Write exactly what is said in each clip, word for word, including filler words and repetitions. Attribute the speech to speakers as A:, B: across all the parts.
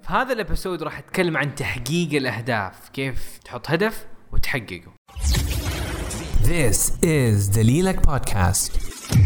A: في هذا الابيسود راح اتكلم عن تحقيق الاهداف، كيف تحط هدف وتحققه.
B: This is دليلك بودكاست.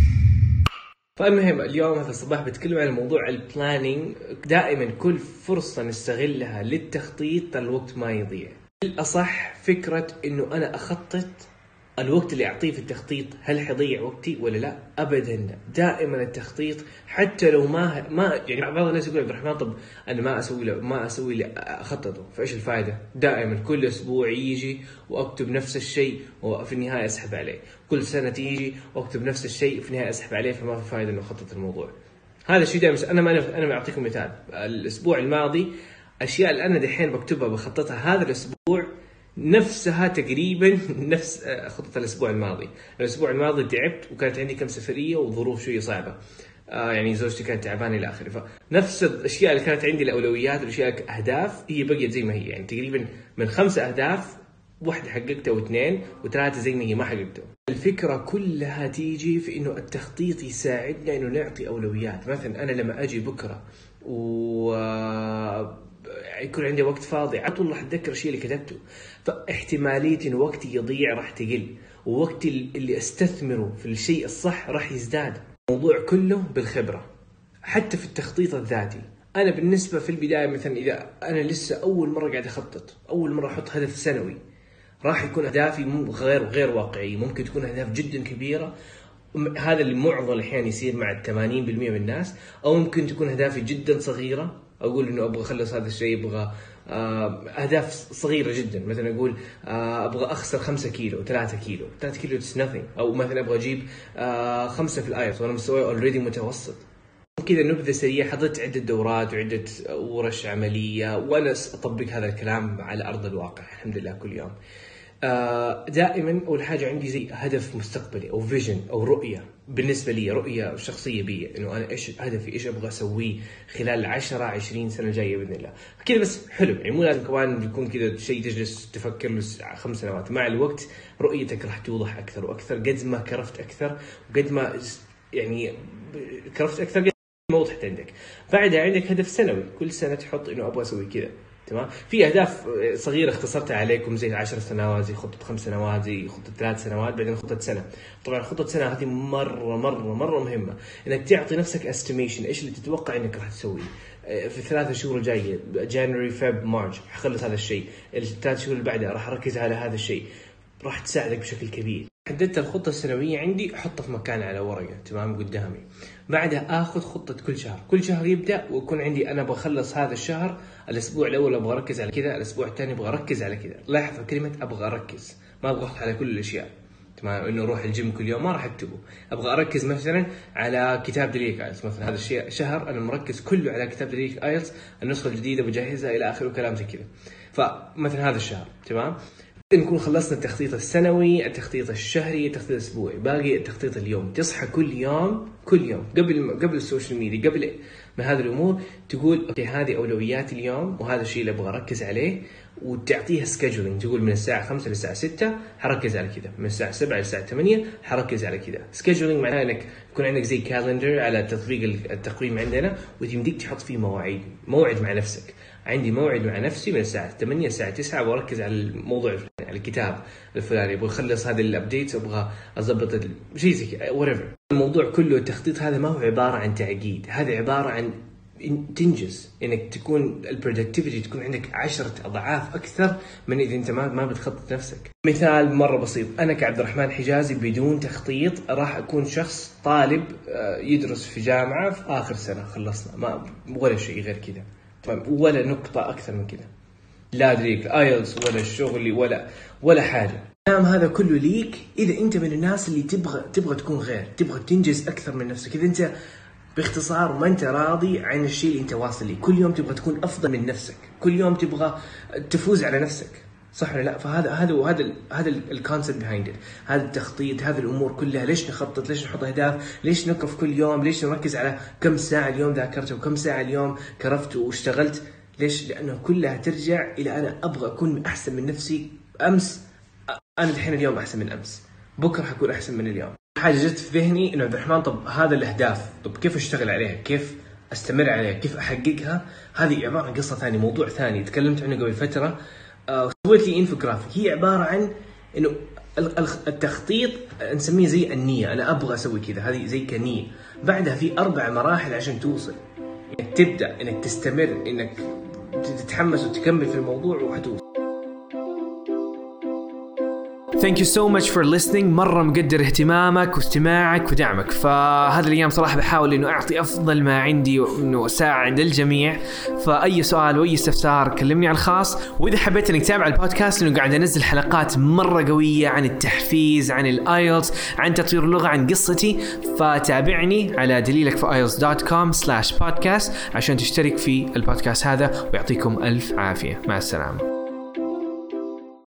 C: فالمهم اليوم هذا الصباح بتكلم عن موضوع البلانينج. دائما كل فرصة نستغلها للتخطيط الوقت ما يضيع. الأصح فكرة إنه أنا أخطط، الوقت اللي أعطيه في التخطيط هل حيضيع وقتي ولا لا؟ أبدا. دائما التخطيط حتى لو ما ما يعني بعض الناس يقول عبد الرحمن طب أنا ما أسوي له ما أسوي له أخططه، فإيش الفائدة؟ دائما كل أسبوع يجي وأكتب نفس الشيء وفي النهاية أسحب عليه، كل سنة تيجي وأكتب نفس الشيء وفي النهاية أسحب عليه، فما في فائدة إنه أخطط الموضوع. هذا الشيء دائما. أنا ما أنا بعطيكم مثال. الأسبوع الماضي أشياء اللي أنا دحين بكتبها بخططها هذا الأسبوع نفسها تقريبا نفس خطة الأسبوع الماضي. الأسبوع الماضي تعبت وكانت عندي كم سفرية وظروف شوية صعبة، آه يعني زوجتي كانت تعبانة إلى آخره، فنفس الأشياء اللي كانت عندي الأولويات والأشياء أهداف هي بقيت زي ما هي. يعني تقريبا من خمسة أهداف واحدة حققتها واثنين وثلاثة زي ما هي ما حققتها. الفكرة كلها تيجي في إنه التخطيط يساعدنا إنه نعطي أولويات. مثلا أنا لما أجي بكرة و يكون عندي وقت فاضي على طول راح اتذكر الشيء اللي كتبته، فاحتماليه ان وقتي يضيع راح تقل، ووقتي اللي استثمره في الشيء الصح راح يزداد. الموضوع كله بالخبره. حتى في التخطيط الذاتي انا بالنسبه في البدايه مثلا اذا انا لسه اول مره قاعد اخطط، اول مره احط هدف سنوي، راح يكون اهدافي غير غير واقعيه، ممكن تكون اهداف جدا كبيره. هذا اللي معظم الاحيان يصير مع ثمانين بالمئة من الناس. او ممكن تكون اهدافي جدا صغيره، اقول انه ابغى اخلص هذا الشيء، ابغى اهداف صغيره جدا. مثلا اقول ابغى اخسر خمسة كيلو، ثلاثة كيلو، ثلاثة كيلو it's nothing. او مثلا ابغى اجيب خمسة في الايلتس وانا مستوى اوريدي متوسط. كذا نبذه سريعه. حضرت عده دورات وعده ورش عمليه وانا اطبق هذا الكلام على ارض الواقع الحمد لله كل يوم. دائما اول حاجه عندي زي هدف مستقبلي او فيجن او رؤيه. بالنسبه لي رؤيه شخصيه بي انه انا ايش هدفي، ايش ابغى اسويه خلال عشرة عشرين سنه جايه باذن الله. كذا بس حلو، يعني مو لازم كمان يكون كذا شيء تجلس تفكر له خمس سنوات. مع الوقت رؤيتك راح توضح اكثر واكثر، قد ما كرفت اكثر وقد ما يعني كرفت اكثر قد ما وضحت عندك. بعدها عندك هدف سنوي، كل سنه تحط انه ابغى اسوي كذا. تمام. في اهداف صغيره اختصرتها عليكم زي عشر سنوات، زي خطه خمس سنوات، زي خطه ثلاث سنوات، بعدين خطه سنه. طبعا خطه سنه هذه مره مره مره مهمه، انك تعطي نفسك استيميشن ايش اللي تتوقع انك راح تسويه في الثلاث شهور الجايه، جانوري فيب مارش حخلص هذا الشيء، الثلاث شهور اللي بعدها راح اركز على هذا الشيء، راح تساعدك بشكل كبير. حددت الخطة السنوية عندي، احطها في مكان على ورقة تمام قدامي. بعدها اخذ خطة كل شهر، كل شهر يبدأ ويكون عندي انا بخلص هذا الشهر، الاسبوع الاول ابغى اركز على كذا، الاسبوع الثاني ابغى اركز على كذا. لاحظ كلمة ابغى اركز، ما ابغى احط على كل الاشياء. تمام. انه اروح الجيم كل يوم ما راح اكتبه. ابغى اركز مثلا على كتاب دليلك ايلتس مثلا، هذا الشيء شهر انا مركز كله على كتاب دليلك ايلتس، النسخة الجديدة بجهزها الى اخره وكلام زي كذا. فمثلا هذا الشهر تمام. نكون خلصنا التخطيط السنوي، التخطيط الشهري، التخطيط الاسبوعي، باقي التخطيط اليوم. تصحى كل يوم كل يوم قبل قبل السوشيال ميديا، قبل من هذه الامور، تقول اوكي هذه اولوياتي اليوم وهذا الشيء اللي ابغى اركز عليه، وتعطيها سكيدجولينج. تقول من الساعه خمسة للساعه ستة حركز على كذا، من الساعه سبعة للساعه ثمانية حركز على كذا. سكيدجولينج معناه انك يكون عندك زي كالندر على تطبيق التقويم عندنا، وتمديك تحط فيه مواعيد، موعد مع نفسك. عندي موعد مع نفسي من الساعة ثمانية للساعة تسعة بركز على الموضوع الفلاني، على الكتاب الفلاني، ابغى اخلص هذه الابديتس، ابغى اضبط شيء زي كذا whatever. الموضوع كله التخطيط هذا ما هو عبارة عن تعقيد، هذا عبارة عن تنجز، انك تكون البرودكتيفيتي تكون عندك عشرة اضعاف اكثر من اذا انت ما ما بتخطط نفسك. مثال مرة بسيط، انا كعبد الرحمن حجازي بدون تخطيط راح اكون شخص طالب يدرس في جامعة في اخر سنة خلصنا، ما ولا شيء غير كذا، ولا نقطة أكثر من كذا، لا أدريك آيلتس ولا الشغل ولا ولا حاجة. الكلام هذا كله ليك إذا أنت من الناس اللي تبغى تبغى تكون غير، تبغى تنجز أكثر من نفسك. إذا أنت باختصار ما أنت راضي عن الشيء اللي أنت واصل ليه، كل يوم تبغى تكون أفضل من نفسك، كل يوم تبغى تفوز على نفسك، صح ولا لا؟ فهذا هذا وهذا هذا الكونسبت بيهايند، هذا التخطيط، هذه الامور كلها. ليش نخطط؟ ليش نحط اهداف؟ ليش نقف كل يوم؟ ليش نركز على كم ساعه اليوم ذاكرت وكم ساعه اليوم كرفت واشتغلت؟ ليش؟ لانه كلها ترجع الى انا ابغى اكون احسن من نفسي. امس انا الحين اليوم احسن من امس، بكره حكون احسن من اليوم. حاجه جت في ذهني انه عبد الرحمن طب هذا الاهداف، طب كيف اشتغل عليها؟ كيف استمر عليها، كيف احققها، هذه عباره عن قصه ثانيه، موضوع ثاني تكلمت عنه قبل فتره. آه سويت لي انفوجرافيك، هي عباره عن انه التخطيط نسميه زي النيه، انا ابغى اسوي كذا، هذه زي كنيه. بعدها في اربع مراحل عشان توصل، انك تبدا، انك تستمر، انك تتحمس وتكمل في الموضوع وحتوصل.
A: Thank you so much for listening. مرة مقدر اهتمامك واستماعك ودعمك. فهذه الأيام صراحة بحاول إنه أعطي أفضل ما عندي وإنه أساعد الجميع. فأي سؤال وأي استفسار كلمني على الخاص. وإذا حبيت إنك تتابع البودكاست لأنه قاعد أنزل حلقات مرة قوية عن التحفيز، عن الآيلتس، عن تطوير اللغة، عن قصتي، فتابعني على دليلك في آيلتس دوت كوم سلاش بودكاست عشان تشترك في البودكاست هذا. ويعطيكم ألف عافية. مع السلامة.